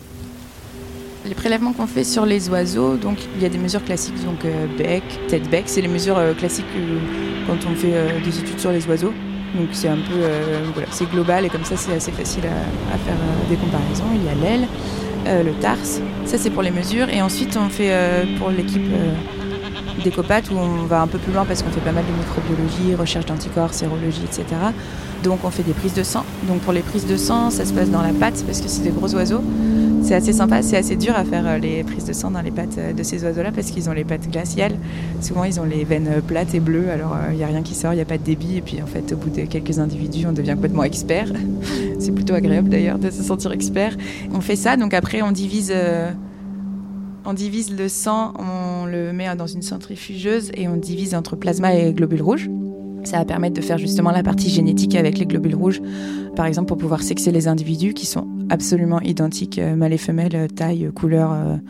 Les prélèvements qu'on fait sur les oiseaux, donc il y a des mesures classiques, donc euh, bec, tête-bec, c'est les mesures euh, classiques euh, quand on fait euh, des études sur les oiseaux. Donc c'est un peu, euh, voilà, c'est global et comme ça c'est assez facile à, à faire euh, des comparaisons. Il y a l'aile, euh, le tarse, ça c'est pour les mesures. Et ensuite on fait euh, pour l'équipe euh, des copates où on va un peu plus loin parce qu'on fait pas mal de microbiologie, recherche d'anticorps, sérologie, et cetera. Donc on fait des prises de sang. Donc pour les prises de sang, ça se passe dans la patte parce que c'est des gros oiseaux. C'est assez sympa, c'est assez dur à faire les prises de sang dans les pattes de ces oiseaux-là parce qu'ils ont les pattes glaciales. Souvent ils ont les veines plates et bleues, alors il n'y a rien qui sort, il n'y a pas de débit. Et puis en fait au bout de quelques individus, on devient complètement expert. C'est plutôt agréable d'ailleurs de se sentir expert. On fait ça, donc après on divise... Euh On divise le sang, on le met dans une centrifugeuse et on divise entre plasma et globules rouges. Ça va permettre de faire justement la partie génétique avec les globules rouges, par exemple pour pouvoir sexer les individus qui sont absolument identiques, mâles et femelles, taille, couleur, euh,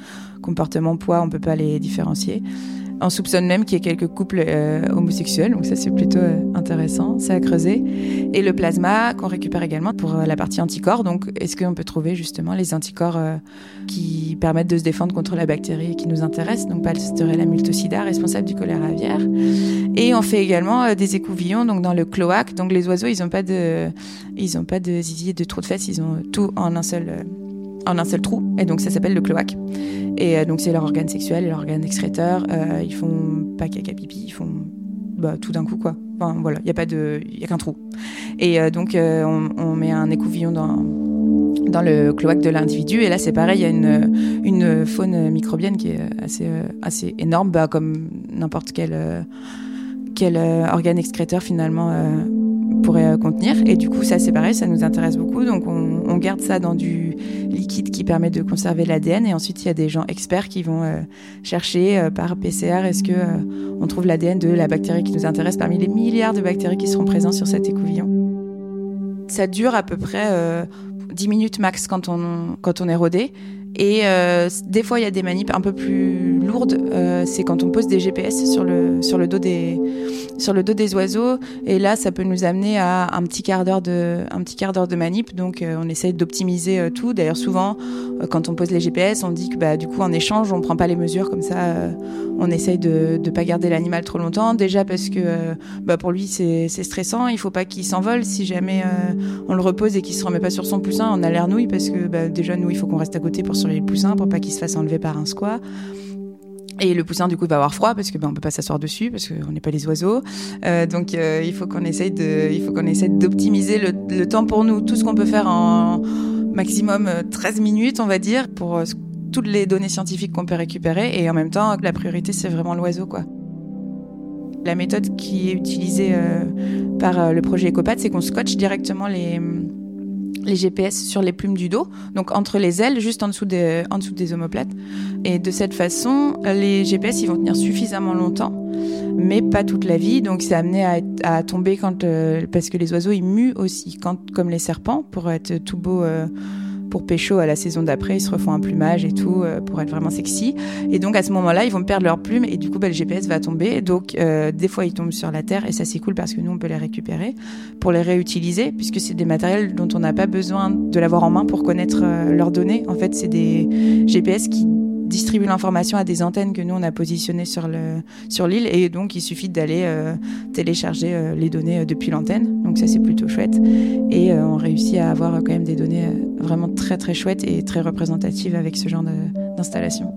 comportement, poids, on ne peut pas les différencier. On soupçonne même qu'il y ait quelques couples euh, homosexuels, donc ça c'est plutôt euh, intéressant, c'est à creuser. Et le plasma qu'on récupère également pour euh, la partie anticorps, donc est-ce qu'on peut trouver justement les anticorps euh, qui permettent de se défendre contre la bactérie qui nous intéresse, donc Pasteurella multocida, responsable du choléra aviaire. Et on fait également euh, des écouvillons donc dans le cloaque, donc les oiseaux ils n'ont pas de, ils ont pas de zizi, de trou de fesses, ils ont tout en un seul... Euh, en un seul trou, et donc ça s'appelle le cloaque. Et euh, donc c'est leur organe sexuel et leur organe excréteur. Euh, ils font pas caca pipi, ils font bah, tout d'un coup quoi. Enfin voilà, il y a pas de, il y a qu'un trou. Et euh, donc euh, on, on met un écouvillon dans dans le cloaque de l'individu. Et là c'est pareil, il y a une une faune microbienne qui est assez assez énorme, bah, comme n'importe quel euh, quel euh, organe excréteur finalement. Euh, pourrait euh, contenir, et du coup ça c'est pareil, ça nous intéresse beaucoup, donc on, on garde ça dans du liquide qui permet de conserver l'A D N, et ensuite il y a des gens experts qui vont euh, chercher euh, par P C R est-ce que euh, on trouve l'A D N de la bactérie qui nous intéresse parmi les milliards de bactéries qui seront présentes sur cet écouvillon. Ça dure à peu près euh, dix minutes max quand on, quand on est rodé. Et euh, des fois, il y a des manips un peu plus lourdes. Euh, c'est quand on pose des G P S sur le sur le dos des sur le dos des oiseaux. Et là, ça peut nous amener à un petit quart d'heure de un petit quart d'heure de manip. Donc, euh, on essaye d'optimiser euh, tout. D'ailleurs, souvent, euh, quand on pose les G P S, on dit que bah du coup, en échange, on prend pas les mesures comme ça. Euh, on essaye de de pas garder l'animal trop longtemps. Déjà parce que euh, bah pour lui, c'est c'est stressant. Il faut pas qu'il s'envole. Si jamais euh, on le repose et qu'il se remet pas sur son poussin, on a l'air nouille parce que bah, déjà nous, il faut qu'on reste à côté pour surveiller le poussin pour pas qu'il se fasse enlever par un squat. Et le poussin du coup va avoir froid parce que ben on peut pas s'asseoir dessus parce qu'on n'est pas des oiseaux. Euh, donc euh, il faut qu'on essaye de, il faut qu'on essaye d'optimiser le, le temps pour nous. Tout ce qu'on peut faire en maximum treize minutes, on va dire, pour euh, toutes les données scientifiques qu'on peut récupérer. Et en même temps, la priorité c'est vraiment l'oiseau, quoi. La méthode qui est utilisée euh, par euh, le projet Ecopat, c'est qu'on scotche directement les les G P S sur les plumes du dos, donc entre les ailes, juste en dessous des, en dessous des omoplates. Et de cette façon, les G P S ils vont tenir suffisamment longtemps, mais pas toute la vie. Donc c'est amené à, à tomber quand, euh, parce que les oiseaux ils muent aussi, quand, comme les serpents, pour être tout beau. Euh, pour pécho à la saison d'après, ils se refont un plumage et tout euh, pour être vraiment sexy. Et donc à ce moment-là, ils vont perdre leurs plumes et du coup, bah, le G P S va tomber. Donc euh, des fois, ils tombent sur la terre et ça c'est cool parce que nous on peut les récupérer pour les réutiliser puisque c'est des matériels dont on n'a pas besoin de l'avoir en main pour connaître euh, leurs données. En fait, c'est des G P S qui distribue l'information à des antennes que nous on a positionnées sur le sur l'île et donc il suffit d'aller euh, télécharger euh, les données euh, depuis l'antenne, donc ça c'est plutôt chouette et euh, on réussit à avoir euh, quand même des données euh, vraiment très très chouettes et très représentatives avec ce genre de, d'installation.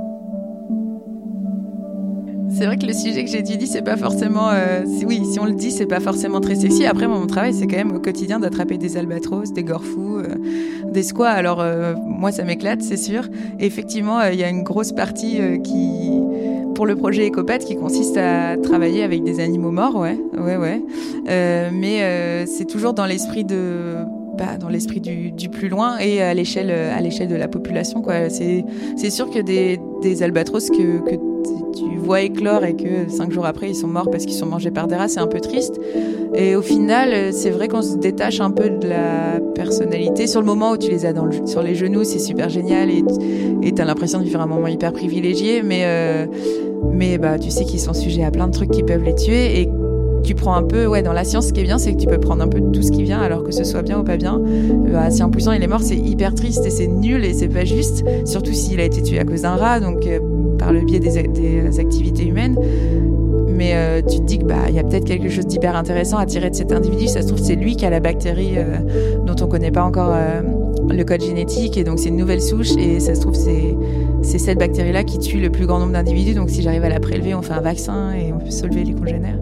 C'est vrai que le sujet que j'étudie, c'est pas forcément... Euh, c'est, oui, si on le dit, c'est pas forcément très sexy. Après, moi, mon travail, c'est quand même au quotidien d'attraper des albatros, des gorfous, euh, des squats. Alors, euh, moi, ça m'éclate, c'est sûr. Et effectivement, il euh, y a une grosse partie euh, qui... pour le projet Ecopat qui consiste à travailler avec des animaux morts, ouais, ouais, ouais. Euh, mais euh, c'est toujours dans l'esprit de... Bah, dans l'esprit du, du plus loin et à l'échelle, à l'échelle de la population, quoi. C'est, c'est sûr que des, des albatros que... que tu vois éclore et que cinq jours après ils sont morts parce qu'ils sont mangés par des rats, c'est un peu triste. Et au final, c'est vrai qu'on se détache un peu de la personnalité. Sur le moment où tu les as dans le, sur les genoux, c'est super génial et, et t'as l'impression de vivre un moment hyper privilégié, mais, euh, mais bah, tu sais qu'ils sont sujets à plein de trucs qui peuvent les tuer et tu prends un peu, ouais, dans la science, ce qui est bien, c'est que tu peux prendre un peu de tout ce qui vient, alors que ce soit bien ou pas bien. Bah, si un poussin il est mort, c'est hyper triste et c'est nul et c'est pas juste, surtout s'il a été tué à cause d'un rat, donc euh, par le biais des, des activités humaines. Mais euh, tu te dis que bah il y a peut-être quelque chose d'hyper intéressant à tirer de cet individu. Ça se trouve c'est lui qui a la bactérie euh, dont on connaît pas encore euh, le code génétique et donc c'est une nouvelle souche et ça se trouve c'est c'est cette bactérie là qui tue le plus grand nombre d'individus. Donc si j'arrive à la prélever, on fait un vaccin et on peut sauver les congénères.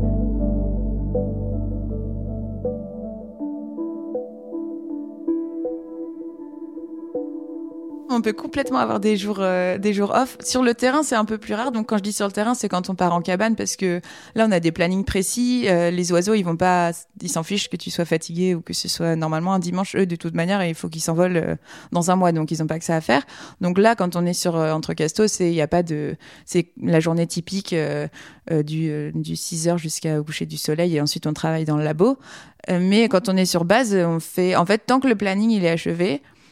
On peut complètement avoir des jours, euh, des jours off. Sur le terrain, c'est un peu plus rare. Donc, quand je dis sur le terrain, c'est quand on part en cabane parce que là, on a des plannings précis. Euh, les oiseaux, ils vont pas, ils s'en fichent que tu sois fatigué ou que ce soit normalement un dimanche. Eux, de toute manière, il faut qu'ils s'envolent euh, dans un mois. Donc, ils ont pas que ça à faire. Donc là, quand on est sur euh, Entrecastos, c'est, il y a pas de, c'est la journée typique euh, euh, du, euh, du six heures jusqu'au coucher du soleil et ensuite on travaille dans le labo. Euh, mais quand on est sur base, on fait, en fait, tant que le planning il est achevé,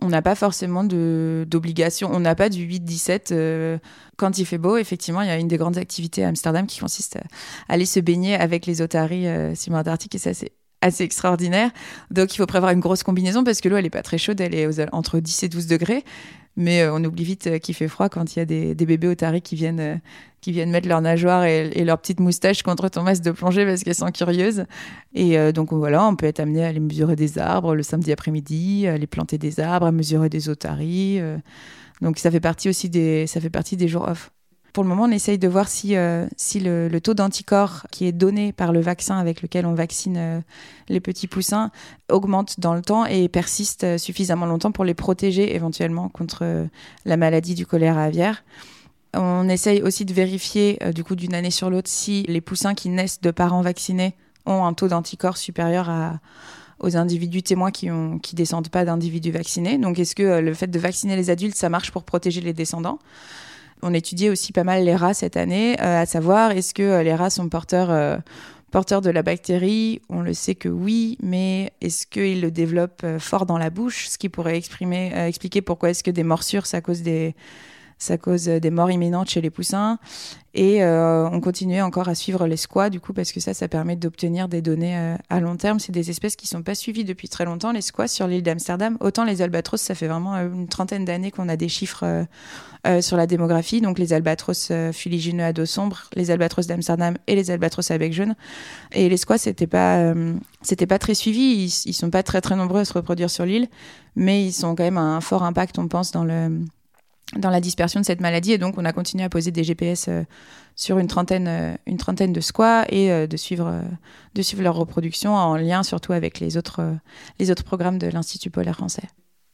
On n'a pas forcément de, d'obligation. On n'a pas du huit dix-sept. Euh, quand il fait beau, effectivement, il y a une des grandes activités à Amsterdam qui consiste à aller se baigner avec les otaries euh, subantarctiques. Et ça, c'est assez extraordinaire. Donc, il faut prévoir une grosse combinaison parce que l'eau, elle n'est pas très chaude. Elle est aux, entre dix et douze degrés. Mais euh, on oublie vite euh, qu'il fait froid quand il y a des, des bébés otaries qui viennent, euh, qui viennent mettre leurs nageoires et, et leurs petites moustaches contre ton masque de plongée parce qu'elles sont curieuses. Et euh, donc voilà, on peut être amené à aller mesurer des arbres le samedi après-midi, à aller planter des arbres, à mesurer des otaries. Euh. Donc ça fait partie aussi des, ça fait partie des jours off. Pour le moment, on essaye de voir si, euh, si le, le taux d'anticorps qui est donné par le vaccin avec lequel on vaccine euh, les petits poussins augmente dans le temps et persiste euh, suffisamment longtemps pour les protéger éventuellement contre euh, la maladie du choléra aviaire. On essaye aussi de vérifier euh, du coup d'une année sur l'autre si les poussins qui naissent de parents vaccinés ont un taux d'anticorps supérieur à, aux individus témoins qui ne qui descendent pas d'individus vaccinés. Donc est-ce que euh, le fait de vacciner les adultes, ça marche pour protéger les descendants ? On étudiait aussi pas mal les rats cette année, euh, à savoir est-ce que euh, les rats sont porteurs, euh, porteurs de la bactérie ? On le sait que oui, mais est-ce qu'ils le développent euh, fort dans la bouche ? Ce qui pourrait exprimer, euh, expliquer pourquoi est-ce que des morsures, ça cause des, ça cause des morts imminentes chez les poussins. Et euh, on continuait encore à suivre les squats, du coup, parce que ça, ça permet d'obtenir des données euh, à long terme. C'est des espèces qui ne sont pas suivies depuis très longtemps, les squats sur l'île d'Amsterdam. Autant les albatros, ça fait vraiment euh, une trentaine d'années qu'on a des chiffres euh, euh, sur la démographie. Donc les albatros euh, fuligineux à dos sombre, les albatros d'Amsterdam et les albatros à bec jaune. Et les squats, c'était pas, euh, c'était pas très suivi. Ils, ils sont pas très, très nombreux à se reproduire sur l'île, mais ils sont quand même un fort impact, on pense, dans le... dans la dispersion de cette maladie. Et donc, on a continué à poser des G P S euh, sur une trentaine, euh, une trentaine de squats et euh, de, suivre, euh, de suivre leur reproduction en lien surtout avec les autres, euh, les autres programmes de l'Institut polaire français.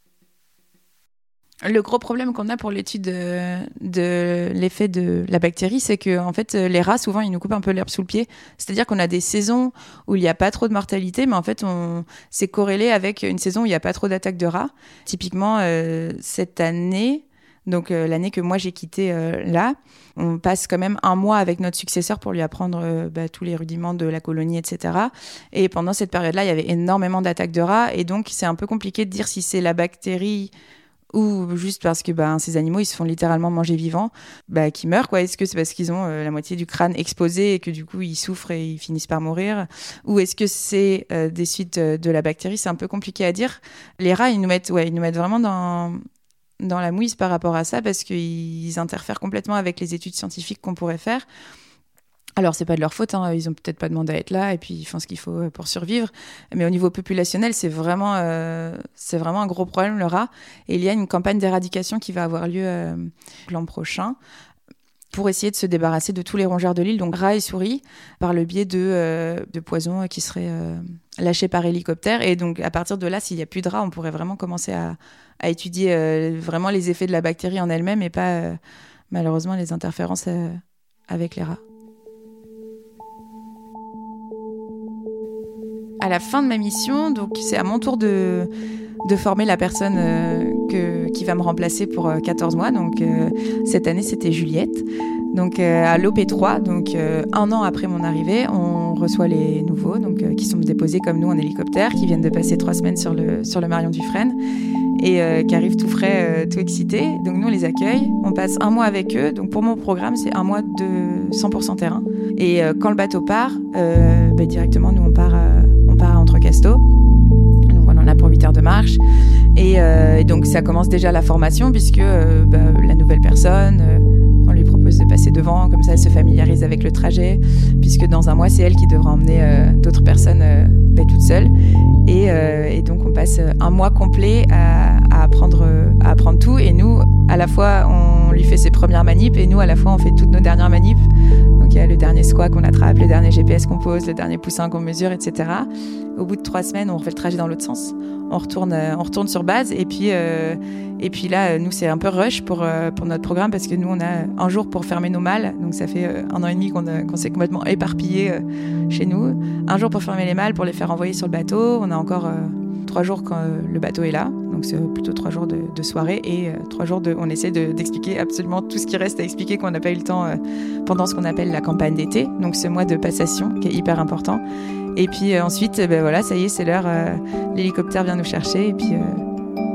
Le gros problème qu'on a pour l'étude de, de l'effet de la bactérie, c'est que en fait, les rats, souvent, ils nous coupent un peu l'herbe sous le pied. C'est-à-dire qu'on a des saisons où il n'y a pas trop de mortalité, mais en fait, on, c'est corrélé avec une saison où il n'y a pas trop d'attaques de rats. Typiquement, euh, cette année... Donc euh, l'année que moi j'ai quitté euh, là, on passe quand même un mois avec notre successeur pour lui apprendre euh, bah, tous les rudiments de la colonie, et cetera. Et pendant cette période-là, il y avait énormément d'attaques de rats. Et donc c'est un peu compliqué de dire si c'est la bactérie ou juste parce que bah, ces animaux, ils se font littéralement manger vivants, bah, qui meurent, quoi. Est-ce que c'est parce qu'ils ont euh, la moitié du crâne exposé et que du coup ils souffrent et ils finissent par mourir ? Ou est-ce que c'est euh, des suites euh, de la bactérie ? C'est un peu compliqué à dire. Les rats, ils nous mettent, ouais, ils nous mettent vraiment dans... dans la mouise par rapport à ça parce qu'ils interfèrent complètement avec les études scientifiques qu'on pourrait faire. Alors, c'est pas de leur faute, hein. Ils ont peut-être pas demandé à être là et puis ils font ce qu'il faut pour survivre. Mais au niveau populationnel, c'est vraiment, euh, c'est vraiment un gros problème, le rat. Et il y a une campagne d'éradication qui va avoir lieu euh, l'an prochain pour essayer de se débarrasser de tous les rongeurs de l'île, donc rats et souris, par le biais de, euh, de poisons qui seraient euh, lâchés par hélicoptère. Et donc, à partir de là, s'il n'y a plus de rats, on pourrait vraiment commencer à, à étudier euh, vraiment les effets de la bactérie en elle-même et pas, euh, malheureusement, les interférences euh, avec les rats. À la fin de ma mission, donc c'est à mon tour de, de former la personne euh, que, qui va me remplacer pour euh, quatorze mois. Donc euh, cette année, c'était Juliette. Donc euh, à l'O P trois, donc euh, un an après mon arrivée, on reçoit les nouveaux, donc euh, qui sont déposés comme nous en hélicoptère, qui viennent de passer trois semaines sur le sur le Marion Dufresne et euh, qui arrivent tout frais, euh, tout excités. Donc nous on les accueille, on passe un mois avec eux. Donc pour mon programme, c'est un mois de cent pour cent terrain. Et euh, quand le bateau part, euh, bah, directement nous on part. Euh, part à Entrecasteaux, donc on en a pour huit heures de marche et, euh, et donc ça commence déjà la formation puisque euh, bah, la nouvelle personne euh, on lui propose de passer devant, comme ça elle se familiarise avec le trajet puisque dans un mois c'est elle qui devra emmener euh, d'autres personnes euh, bah, toute seule et, euh, et donc on passe un mois complet à, à, apprendre, à apprendre tout et nous à la fois on lui fait ses premières manips et nous à la fois on fait toutes nos dernières manips. Donc il y a le dernier squat qu'on attrape, le dernier G P S qu'on pose, le dernier poussin qu'on mesure, et cetera. Au bout de trois semaines, on refait le trajet dans l'autre sens. On retourne, on retourne sur base et puis, euh, et puis là, nous, c'est un peu rush pour, euh, pour notre programme parce que nous, on a un jour pour fermer nos malles. Donc ça fait euh, un an et demi qu'on, a, qu'on s'est complètement éparpillé euh, chez nous. Un jour pour fermer les malles, pour les faire envoyer sur le bateau. On a encore euh, trois jours quand euh, le bateau est là. Donc c'est plutôt trois jours de, de soirée et euh, trois jours de... On essaie de, d'expliquer absolument tout ce qui reste à expliquer qu'on n'a pas eu le temps euh, pendant ce qu'on appelle la campagne d'été. Donc ce mois de passation qui est hyper important. Et puis euh, ensuite, ben voilà, ça y est, c'est l'heure. Euh, l'hélicoptère vient nous chercher et puis, euh,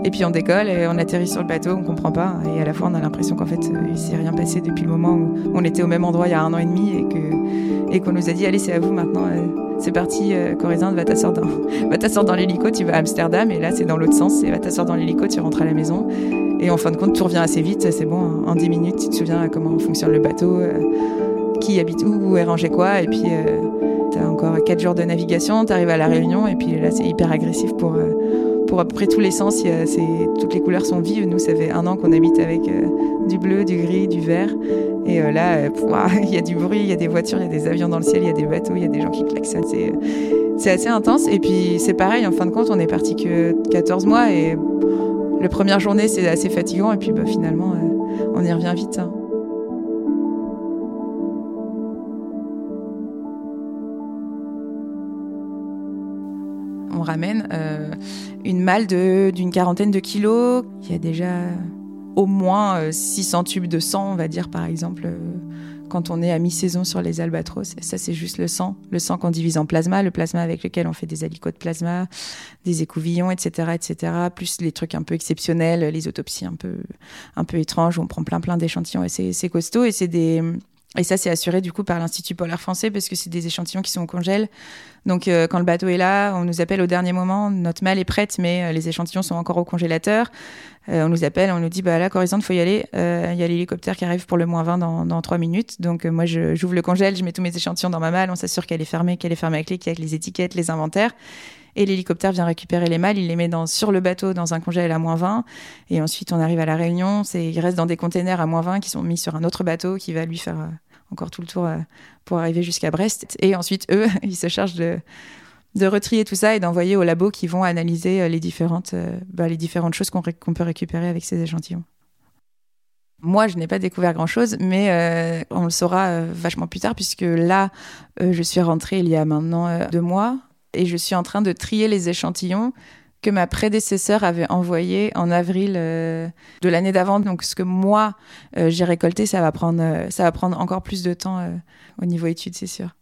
Et puis on décolle et on atterrit sur le bateau, on comprend pas. Et à la fois, on a l'impression qu'en fait, il s'est rien passé depuis le moment où on était au même endroit il y a un an et demi et, que, et qu'on nous a dit « Allez, c'est à vous maintenant, c'est parti, Corisande, va t'asseoir dans, va t'asseoir dans l'hélico, tu vas à Amsterdam. » Et là, c'est dans l'autre sens, c'est « Va t'asseoir dans l'hélico, tu rentres à la maison. » Et en fin de compte, tout revient assez vite, c'est bon, en dix minutes, tu te souviens comment fonctionne le bateau, euh, qui habite où, où est rangé quoi, et puis euh, t'as encore quatre jours de navigation, t'arrives à La Réunion, et puis là, c'est hyper agressif pour... Euh, Pour à peu près tous les sens, il y a, c'est, toutes les couleurs sont vives. Nous, ça fait un an qu'on habite avec euh, du bleu, du gris, du vert. Et euh, là, euh, pouah, il y a du bruit, il y a des voitures, il y a des avions dans le ciel, il y a des bateaux, il y a des gens qui klaxonnent. C'est, euh, c'est assez intense. Et puis, c'est pareil, en fin de compte, on est parti que quatorze mois. Et la première journée, c'est assez fatigant. Et puis, bah, finalement, euh, on y revient vite. Hein. On ramène euh, une malle de, d'une quarantaine de kilos. Il y a déjà au moins euh, six cents tubes de sang, on va dire, par exemple, euh, quand on est à mi-saison sur les albatros. Ça, c'est juste le sang. Le sang qu'on divise en plasma, le plasma avec lequel on fait des alicots de plasma, des écouvillons, et cetera, et cetera. Plus les trucs un peu exceptionnels, les autopsies un peu, un peu étranges, où on prend plein, plein d'échantillons. Et c'est, c'est costaud. Et c'est des... Et ça, c'est assuré du coup par l'Institut polaire français parce que c'est des échantillons qui sont au congèle. Donc, euh, quand le bateau est là, on nous appelle au dernier moment. Notre malle est prête, mais euh, les échantillons sont encore au congélateur. Euh, on nous appelle, on nous dit bah là, Corisande, faut y aller. Il euh, y a l'hélicoptère qui arrive pour le moins vingt dans, dans trois minutes. Donc, euh, moi, je, j'ouvre le congèle, je mets tous mes échantillons dans ma malle. On s'assure qu'elle est fermée, qu'elle est fermée à clé, qu'il y a les étiquettes, les inventaires. Et l'hélicoptère vient récupérer les malles, il les met dans, sur le bateau dans un congèle à moins vingt. Et ensuite, on arrive à La Réunion. C'est, il reste dans des containers à moins vingt qui sont mis sur un autre bateau qui va lui faire euh, encore tout le tour euh, pour arriver jusqu'à Brest. Et ensuite, eux, ils se chargent de, de retrier tout ça et d'envoyer aux labos qui vont analyser euh, les, différentes, euh, bah, les différentes choses qu'on, ré- qu'on peut récupérer avec ces échantillons. Moi, je n'ai pas découvert grand-chose, mais euh, on le saura euh, vachement plus tard puisque là, euh, je suis rentrée il y a maintenant euh, deux mois. Et je suis en train de trier les échantillons que ma prédécesseur avait envoyés en avril euh, de l'année d'avant. Donc, ce que moi, euh, j'ai récolté, ça va prendre, euh, ça va prendre encore plus de temps euh, au niveau études, c'est sûr.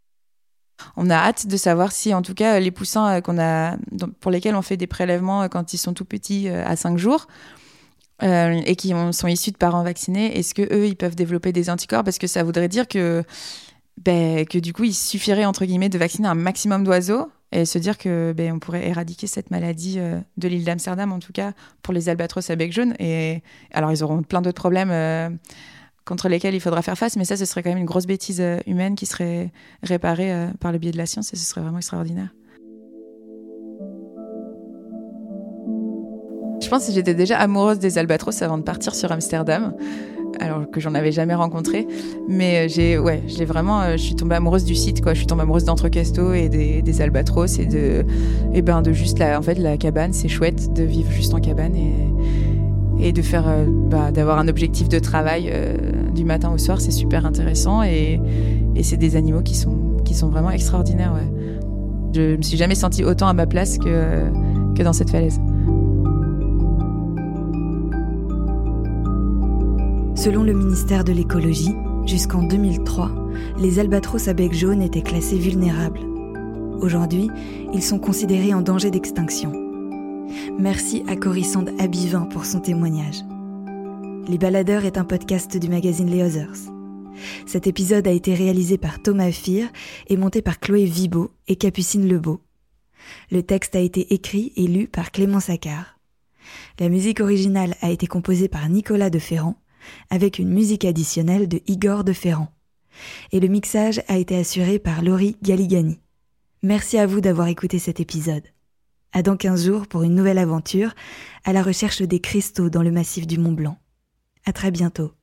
On a hâte de savoir si, en tout cas, les poussins euh, qu'on a, pour lesquels on fait des prélèvements euh, quand ils sont tout petits euh, à cinq jours euh, et qui ont, sont issus de parents vaccinés, est-ce qu'eux, ils peuvent développer des anticorps ? Parce que ça voudrait dire que... Ben, que du coup, il suffirait, entre guillemets, de vacciner un maximum d'oiseaux et se dire que ben, on pourrait éradiquer cette maladie euh, de l'île d'Amsterdam, en tout cas, pour les albatros à bec jaune. Et alors, ils auront plein d'autres problèmes euh, contre lesquels il faudra faire face, mais ça, ce serait quand même une grosse bêtise euh, humaine qui serait réparée euh, par le biais de la science et ce serait vraiment extraordinaire. Je pense que j'étais déjà amoureuse des albatros avant de partir sur Amsterdam. Alors que j'en avais jamais rencontré, mais j'ai, ouais, j'ai vraiment, je suis tombée amoureuse du site, quoi. Je suis tombée amoureuse d'Entrecasteaux et des, des albatros et de, et ben de juste la, en fait, la cabane, c'est chouette de vivre juste en cabane et, et de faire, bah, d'avoir un objectif de travail euh, du matin au soir, c'est super intéressant et, et c'est des animaux qui sont, qui sont vraiment extraordinaires, ouais. Je me suis jamais sentie autant à ma place que, que dans cette falaise. Selon le ministère de l'écologie, jusqu'en deux mille trois, les albatros à bec jaune étaient classés vulnérables. Aujourd'hui, ils sont considérés en danger d'extinction. Merci à Corisande Abivin pour son témoignage. Les Baladeurs est un podcast du magazine Les Others. Cet épisode a été réalisé par Thomas Fir et monté par Chloé Vibo et Capucine Lebeau. Le texte a été écrit et lu par Clément Saccard. La musique originale a été composée par Nicolas de Ferrand, avec une musique additionnelle de Igor de Ferrand. Et le mixage a été assuré par Laurie Galigani. Merci à vous d'avoir écouté cet épisode. À dans quinze jours pour une nouvelle aventure à la recherche des cristaux dans le massif du Mont Blanc. À très bientôt.